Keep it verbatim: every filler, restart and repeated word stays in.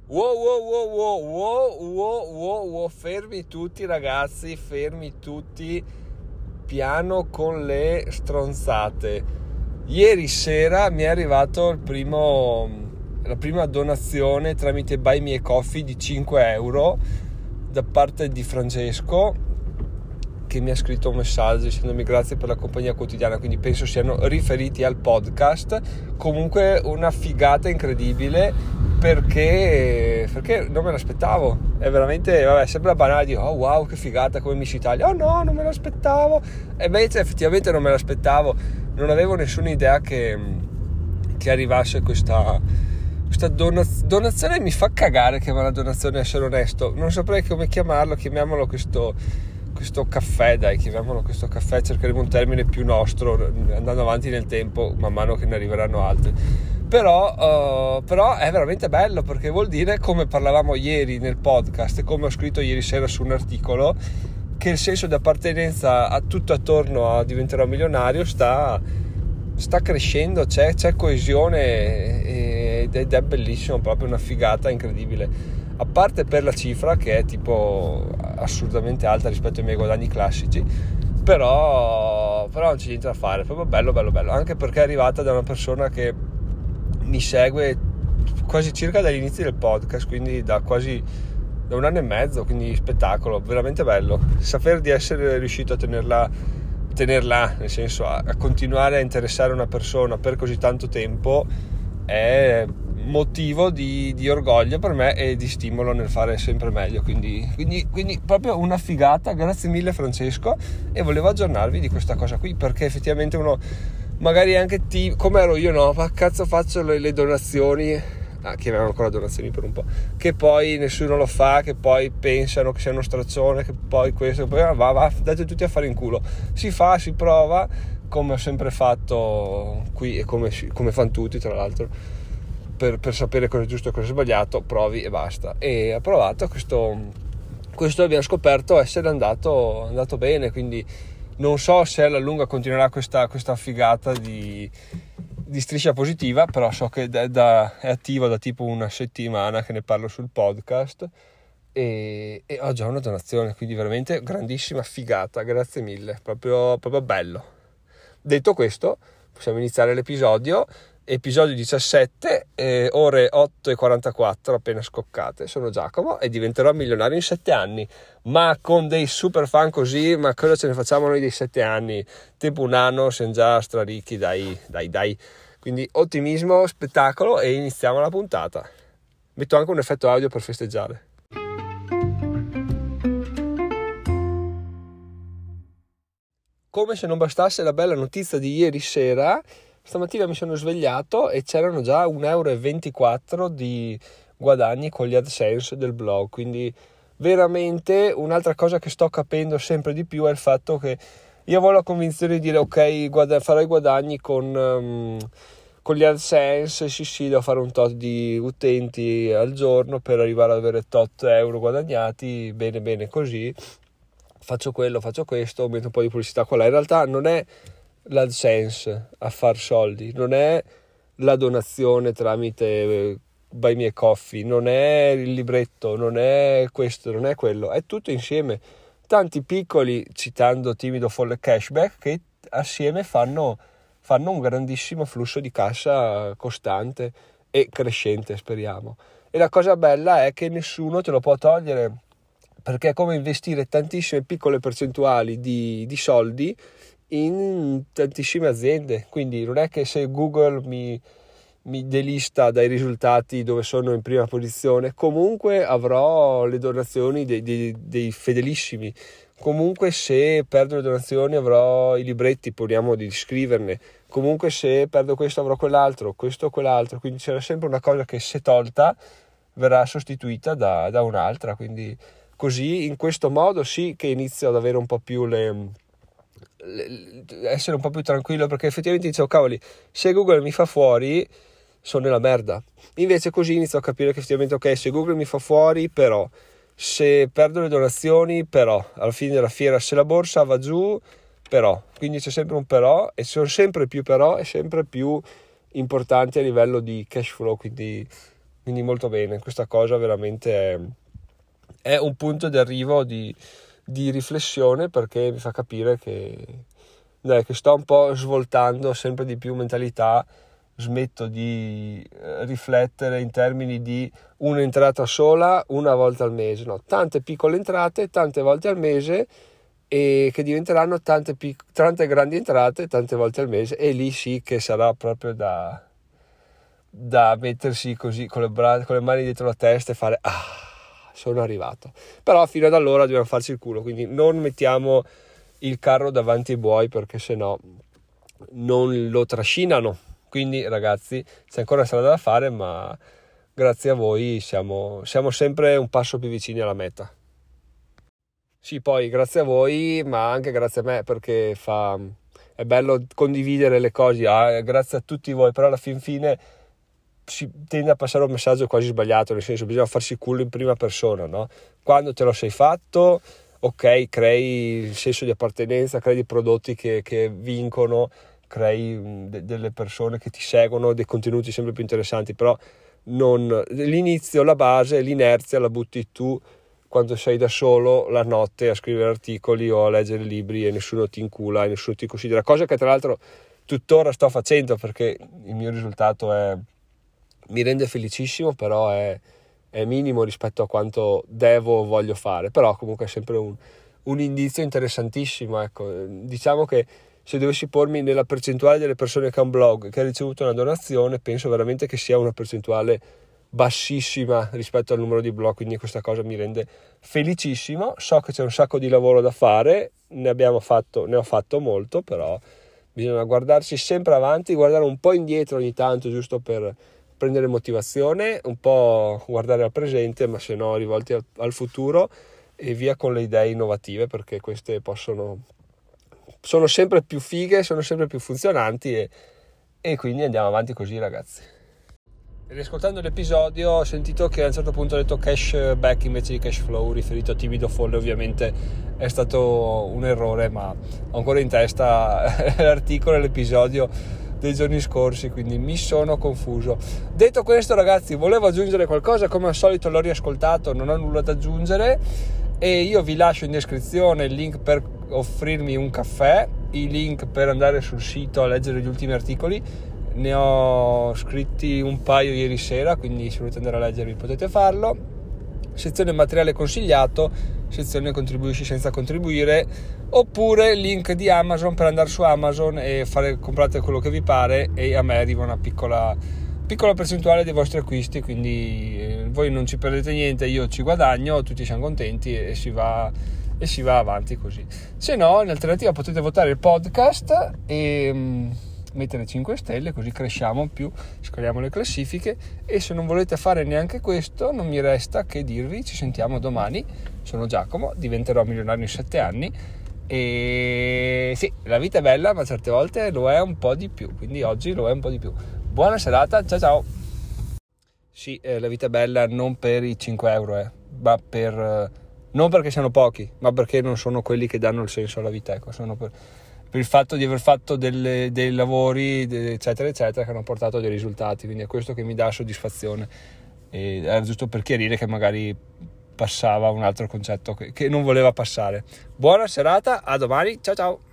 Wow, wow, wow, wow, wow, wow, wow, wow, fermi tutti ragazzi, fermi tutti, piano con le stronzate. Ieri sera mi è arrivato il primo, la prima donazione tramite Buy Me a Coffee di cinque euro da parte di Francesco, che mi ha scritto un messaggio dicendomi grazie per la compagnia quotidiana, quindi penso siano riferiti al podcast. Comunque una figata incredibile, perché perché non me l'aspettavo, è veramente, vabbè, sembra banale dire oh wow che figata come Miss Italia, oh no non me l'aspettavo, e invece effettivamente non me l'aspettavo, non avevo nessuna idea che, che arrivasse questa questa donaz- donazione. Mi fa cagare chiamare donazione, essere onesto, non saprei come chiamarlo, chiamiamolo questo questo caffè, dai, chiamiamolo questo caffè, cercheremo un termine più nostro andando avanti nel tempo man mano che ne arriveranno altri. Però, uh, però è veramente bello, perché vuol dire, come parlavamo ieri nel podcast e come ho scritto ieri sera su un articolo, che il senso di appartenenza a tutto attorno a diventerò milionario sta, sta crescendo, c'è, c'è coesione ed è, ed è bellissimo, proprio una figata incredibile. A parte per la cifra che è tipo assurdamente alta rispetto ai miei guadagni classici, però, però non c'è niente da fare, è proprio bello bello bello, anche perché è arrivata da una persona che mi segue quasi circa dagli inizi del podcast, quindi da quasi da un anno e mezzo, quindi spettacolo, veramente bello. Sapere di essere riuscito a tenerla, tenerla nel senso a, a continuare a interessare una persona per così tanto tempo è motivo di, di orgoglio per me e di stimolo nel fare sempre meglio, quindi, quindi, quindi proprio una figata. Grazie mille Francesco, e volevo aggiornarvi di questa cosa qui, perché effettivamente uno magari anche ti, come ero io, no, ma cazzo faccio le, le donazioni, ah, chiamiamo ancora donazioni per un po', che poi nessuno lo fa, che poi pensano che sia uno straccione, che poi questo, che poi va, va, date tutti a fare in culo. Si fa, si prova, come ho sempre fatto qui e come, come fanno tutti tra l'altro. Per, per sapere cosa è giusto e cosa è sbagliato, provi e basta. E ha provato questo, questo abbiamo scoperto essere andato, andato bene, quindi non so se alla lunga continuerà questa, questa figata di, di striscia positiva, però so che da, da, è attiva da tipo una settimana che ne parlo sul podcast e, e ho già una donazione, quindi veramente grandissima figata, grazie mille, proprio, proprio bello. Detto questo, possiamo iniziare l'episodio. Episodio diciassette, eh, ore otto e quarantaquattro appena scoccate. Sono Giacomo e diventerò milionario in sette anni, ma con dei super fan così, ma cosa ce ne facciamo noi dei sette anni? Tempo un anno, siamo già straricchi, dai, dai, dai. Quindi ottimismo, spettacolo, e iniziamo la puntata. Metto anche un effetto audio per festeggiare. Come se non bastasse la bella notizia di ieri sera, stamattina mi sono svegliato e c'erano già un euro e ventiquattro di guadagni con gli AdSense del blog, quindi veramente un'altra cosa che sto capendo sempre di più è il fatto che io ho la convinzione di dire ok, guada- farò i guadagni con, um, con gli AdSense, sì sì, devo fare un tot di utenti al giorno per arrivare ad avere tot euro guadagnati, bene bene così, faccio quello, faccio questo, metto un po' di pubblicità qua là. In realtà non è l'AdSense a far soldi, non è la donazione tramite eh, Buy Me a Coffee, non è il libretto, non è questo, non è quello, è tutto insieme, tanti piccoli, citando timido folle cashback, che assieme fanno, fanno un grandissimo flusso di cassa costante e crescente, speriamo. E la cosa bella è che nessuno te lo può togliere, perché è come investire tantissime piccole percentuali di, di soldi in tantissime aziende. Quindi non è che se Google mi, mi delista dai risultati dove sono in prima posizione, comunque avrò le donazioni dei, dei, dei fedelissimi, comunque se perdo le donazioni avrò i libretti, poniamo di scriverne, comunque se perdo questo avrò quell'altro, questo o quell'altro, quindi c'era sempre una cosa che se tolta verrà sostituita da, da un'altra, quindi così in questo modo sì che inizio ad avere un po' più le essere un po' più tranquillo, perché effettivamente dicevo cavoli, se Google mi fa fuori sono nella merda. Invece così inizio a capire che effettivamente ok, se Google mi fa fuori, però se perdo le donazioni, però alla fine della fiera se la borsa va giù, però, quindi c'è sempre un però, e sono sempre più però e sempre più importanti a livello di cash flow, quindi quindi molto bene. Questa cosa veramente è, è un punto di arrivo di, di riflessione, perché mi fa capire che, dai, che sto un po' svoltando sempre di più mentalità, smetto di riflettere in termini di un'entrata sola una volta al mese, no, tante piccole entrate tante volte al mese, e che diventeranno tante, pic- tante grandi entrate tante volte al mese, e lì sì che sarà proprio da, da mettersi così con le, bra- con le mani dietro la testa e fare ah, sono arrivato. Però fino ad allora dobbiamo farci il culo, quindi non mettiamo il carro davanti ai buoi, perché sennò non lo trascinano. Quindi ragazzi, c'è ancora strada da fare, ma grazie a voi siamo, siamo sempre un passo più vicini alla meta. Sì, poi grazie a voi, ma anche grazie a me, perché fa, è bello condividere le cose, ah, grazie a tutti voi, però alla fin fine si tende a passare un messaggio quasi sbagliato, nel senso bisogna farsi il culo in prima persona, no? Quando te lo sei fatto, ok, crei il senso di appartenenza, crei dei prodotti che, che vincono, crei de- delle persone che ti seguono, dei contenuti sempre più interessanti, però non, l'inizio, la base, l'inerzia la butti tu quando sei da solo la notte a scrivere articoli o a leggere libri e nessuno ti incula e nessuno ti considera, cosa che tra l'altro tuttora sto facendo, perché il mio risultato è, mi rende felicissimo, però è, è minimo rispetto a quanto devo o voglio fare, però comunque è sempre un, un indizio interessantissimo. Ecco, diciamo che se dovessi pormi nella percentuale delle persone che ha un blog che ha ricevuto una donazione, penso veramente che sia una percentuale bassissima rispetto al numero di blog, quindi questa cosa mi rende felicissimo. So che c'è un sacco di lavoro da fare, ne abbiamo fatto, ne ho fatto molto, però bisogna guardarsi sempre avanti, guardare un po' indietro ogni tanto, giusto per prendere motivazione, un po' guardare al presente, ma se no rivolti al, al futuro, e via con le idee innovative, perché queste possono sono sempre più fighe, sono sempre più funzionanti, e, e quindi andiamo avanti così, ragazzi. Riascoltando l'episodio ho sentito che a un certo punto ho detto cash back invece di cash flow, riferito a Timido Folle. Ovviamente è stato un errore, ma ho ancora in testa l'articolo e l'episodio dei giorni scorsi, quindi mi sono confuso. Detto questo, ragazzi, volevo aggiungere qualcosa, come al solito l'ho riascoltato, non ho nulla da aggiungere, e io vi lascio in descrizione il link per offrirmi un caffè, i link per andare sul sito a leggere gli ultimi articoli. Ne ho scritti un paio ieri sera, quindi se volete andare a leggerli potete farlo. Sezione materiale consigliato, sezione contribuisci senza contribuire, oppure link di Amazon per andare su Amazon e fare, comprate quello che vi pare, e a me arriva una piccola piccola percentuale dei vostri acquisti, quindi eh, voi non ci perdete niente, io ci guadagno, tutti siamo contenti, e si va e si va avanti così. Se no, in alternativa potete votare il podcast e mh, mettere cinque stelle, così cresciamo più, scaliamo le classifiche. E se non volete fare neanche questo, non mi resta che dirvi ci sentiamo domani. Sono Giacomo, diventerò milionario in sette anni, e sì, la vita è bella, ma certe volte lo è un po' di più, quindi oggi lo è un po' di più. Buona serata, ciao ciao. Sì, eh, la vita è bella non per i cinque euro, eh, ma per eh, non perché siano pochi, ma perché non sono quelli che danno il senso alla vita, ecco, sono per per il fatto di aver fatto delle, dei lavori eccetera eccetera che hanno portato dei risultati, quindi è questo che mi dà soddisfazione. E era giusto per chiarire che magari passava un altro concetto che, che non voleva passare. Buona serata, a domani, ciao ciao.